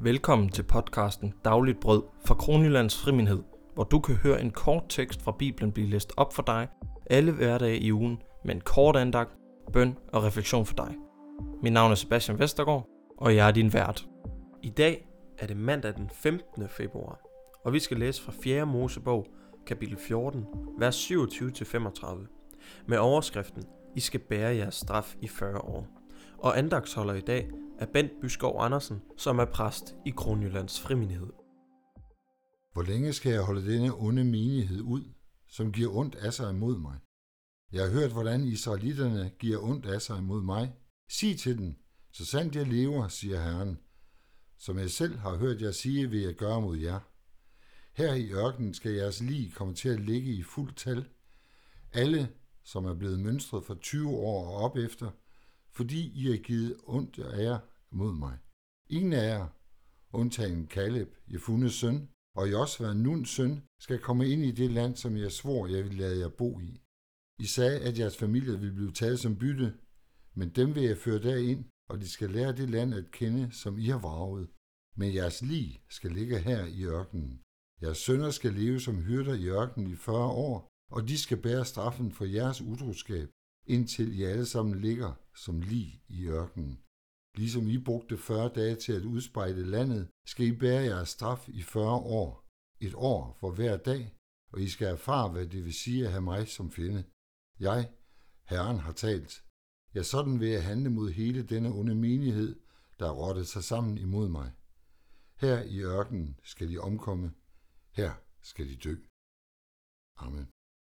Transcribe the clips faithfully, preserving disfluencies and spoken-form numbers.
Velkommen til podcasten Dagligt Brød fra Kronjyllands Frimenighed, hvor du kan høre en kort tekst fra Bibelen blive læst op for dig alle hverdage i ugen med en kort andagt, bøn og refleksion for dig. Mit navn er Sebastian Vestergaard, og jeg er din vært. I dag er det mandag den femtende februar, og vi skal læse fra fjerde Mosebog, kapitel fjorten, vers syvogtyve til femogtredive, med overskriften I skal bære jeres straf i fyrre år. Og andagtsholder i dag er Bent Byskov Andersen, som er præst i Kronjyllands Frimenighed. Hvor længe skal jeg holde denne onde menighed ud, som giver ondt af sig imod mig? Jeg har hørt, hvordan israelitterne giver ondt af sig imod mig. Sig til dem, så sandt jeg lever, siger Herren. Som jeg selv har hørt jer sige, vil jeg gøre mod jer. Her i ørkenen skal jeres lig komme til at ligge i fuldt tal. Alle, som er blevet mønstret for tyve år og op efter, fordi I har givet ondt af jer mod mig. Ingen af jer, undtagen Kaleb, Jefunnes søn, og Josva, Nuns søn, skal komme ind i det land, som jeg svor, jeg vil lade jer bo i. I sagde, at jeres familier ville blive taget som bytte, men dem vil jeg føre derind, og de skal lære det land at kende, som I har vraget. Men jeres lig skal ligge her i ørkenen. Jeres sønner skal leve som hyrder i ørkenen i fyrre år, og de skal bære straffen for jeres utroskab, indtil I alle sammen ligger som lig i ørkenen. Ligesom I brugte fyrre dage til at udspejde landet, skal I bære jeres straf i fyrre år. Et år for hver dag, og I skal erfare, hvad det vil sige at have mig som fjende. Jeg, Herren, har talt. Ja, sådan vil jeg handle mod hele denne onde menighed, der har rottet sig sammen imod mig. Her i ørkenen skal de omkomme. Her skal de dø. Amen.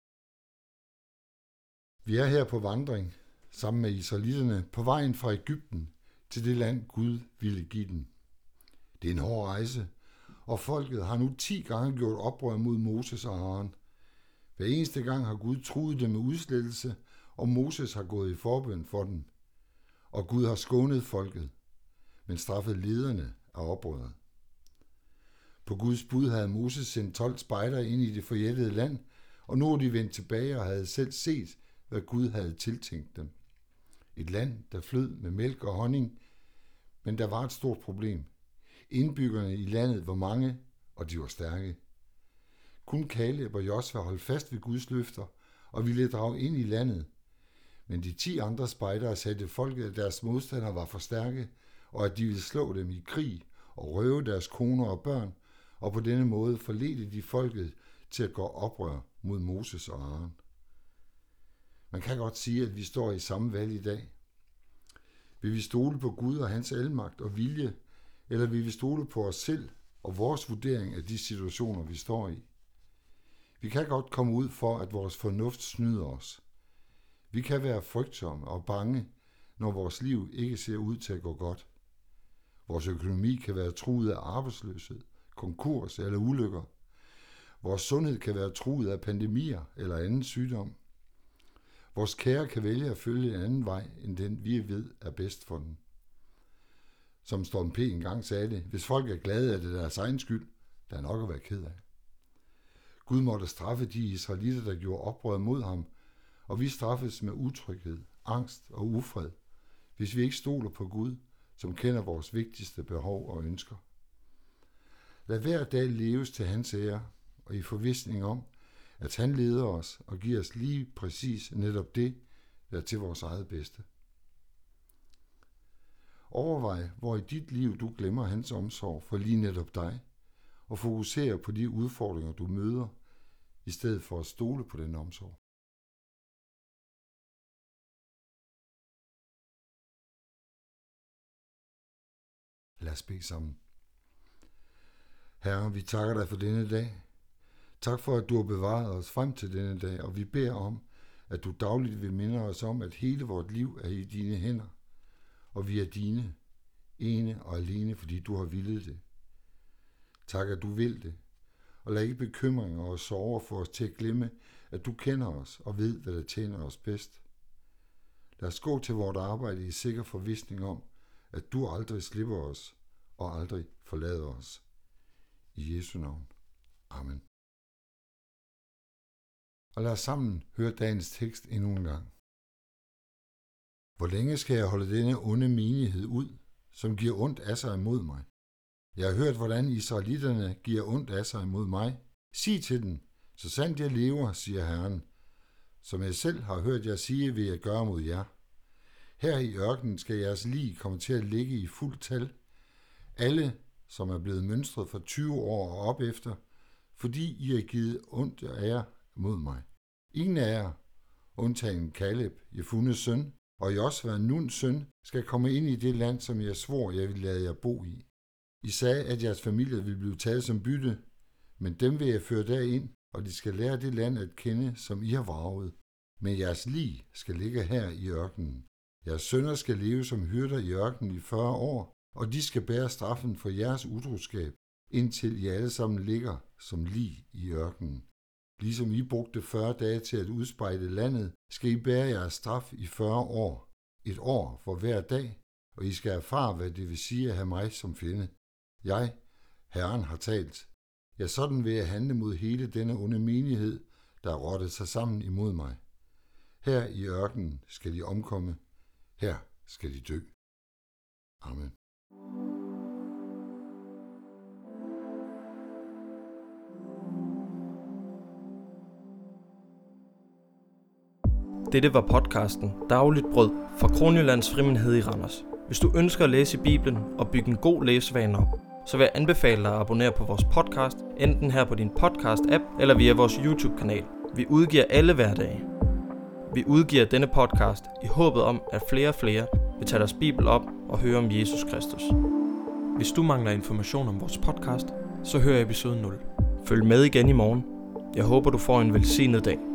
Vi er her på vandring, sammen med israelitterne, på vejen fra Egypten til det land, Gud ville give dem. Det er en hård rejse, og folket har nu ti gange gjort oprør mod Moses og Aaron. Hver eneste gang har Gud truet dem med udslettelse, og Moses har gået i forbøn for dem. Og Gud har skånet folket, men straffet lederne af oprøret. På Guds bud havde Moses sendt tolv spejdere ind i det forjættede land, og nu er de vendt tilbage og havde selv set, hvad Gud havde tiltænkt dem. Et land, der flød med mælk og honning, men der var et stort problem. Indbyggerne i landet var mange, og de var stærke. Kun Kaleb og Josva holdt fast ved Guds løfter og ville drage ind i landet. Men de ti andre spejdere sagde til folket, at deres modstandere var for stærke, og at de ville slå dem i krig og røve deres koner og børn, og på denne måde forledte de folket til at gå oprør mod Moses og Aaron. Man kan godt sige, at vi står i samme valg i dag. Vil vi stole på Gud og hans almagt og vilje, eller vil vi stole på os selv og vores vurdering af de situationer, vi står i? Vi kan godt komme ud for, at vores fornuft snyder os. Vi kan være frygtsomme og bange, når vores liv ikke ser ud til at gå godt. Vores økonomi kan være truet af arbejdsløshed, konkurs eller ulykker. Vores sundhed kan være truet af pandemier eller anden sygdom. Vores kære kan vælge at følge en anden vej, end den vi ved er bedst for dem. Som Storm P. engang sagde det, hvis folk er glade, er det deres egen skyld, der er nok at være ked af. Gud måtte straffe de israelitter, der gjorde oprør mod ham, og vi straffes med utryghed, angst og ufred, hvis vi ikke stoler på Gud, som kender vores vigtigste behov og ønsker. Lad hver dag leves til hans ære, og i forvisning om, at han leder os og giver os lige præcis netop det, der er til vores eget bedste. Overvej, hvor i dit liv du glemmer hans omsorg for lige netop dig, og fokuser på de udfordringer, du møder, i stedet for at stole på den omsorg. Lad os bede sammen. Herre, vi takker dig for denne dag. Tak for, at du har bevaret os frem til denne dag, og vi beder om, at du dagligt vil minde os om, at hele vort liv er i dine hænder, og vi er dine, ene og alene, fordi du har villet det. Tak, at du vil det, og lad ikke bekymringer og sorger få os til at glemme, at du kender os og ved, hvad der tjener os bedst. Lad os gå til vort arbejde i sikker forvisning om, at du aldrig slipper os og aldrig forlader os. I Jesu navn. Amen. Og lad os sammen høre dagens tekst endnu en gang. Hvor længe skal jeg holde denne onde menighed ud, som giver ondt af sig imod mig? Jeg har hørt, hvordan israelitterne giver ondt af sig imod mig. Sig til dem, så sandt jeg lever, siger Herren. Som jeg selv har hørt jer sige, vil jeg gøre mod jer. Her i ørkenen skal jeres lig komme til at ligge i fuld tal. Alle, som er blevet mønstret for tyve år og op efter, fordi I har givet ondt af jer mod mig. Ingen af jer, undtagen Kaleb, Jefunnes søn, og Josva, Nuns søn, skal komme ind i det land, som jeg svor, jeg vil lade jer bo i. I sagde, at jeres familie vil blive taget som bytte, men dem vil jeg føre derind, og de skal lære det land at kende, som I har vraget. Men jeres lig skal ligge her i ørkenen. Jeres sønner skal leve som hyrder i ørkenen i fyrre år, og de skal bære straffen for jeres utroskab, indtil I alle sammen ligger som lig i ørkenen. Ligesom I brugte fyrre dage til at udspejde landet, skal I bære jeres straf i fyrre år, et år for hver dag, og I skal erfare, hvad det vil sige at have mig som fjende. Jeg, Herren, har talt. Ja, sådan vil jeg handle mod hele denne onde menighed, der har rottet sig sammen imod mig. Her i ørkenen skal de omkomme, her skal de dø. Amen. Dette var podcasten Dagligt Brød fra Kronjyllands Frimenighed i Randers. Hvis du ønsker at læse i Bibelen og bygge en god læsevane op, så vil jeg anbefale dig at abonnere på vores podcast, enten her på din podcast-app eller via vores YouTube-kanal. Vi udgiver alle hverdage. Vi udgiver denne podcast i håbet om, at flere og flere vil tage deres Bibel op og høre om Jesus Kristus. Hvis du mangler information om vores podcast, så hør episode nul. Følg med igen i morgen. Jeg håber, du får en velsignet dag.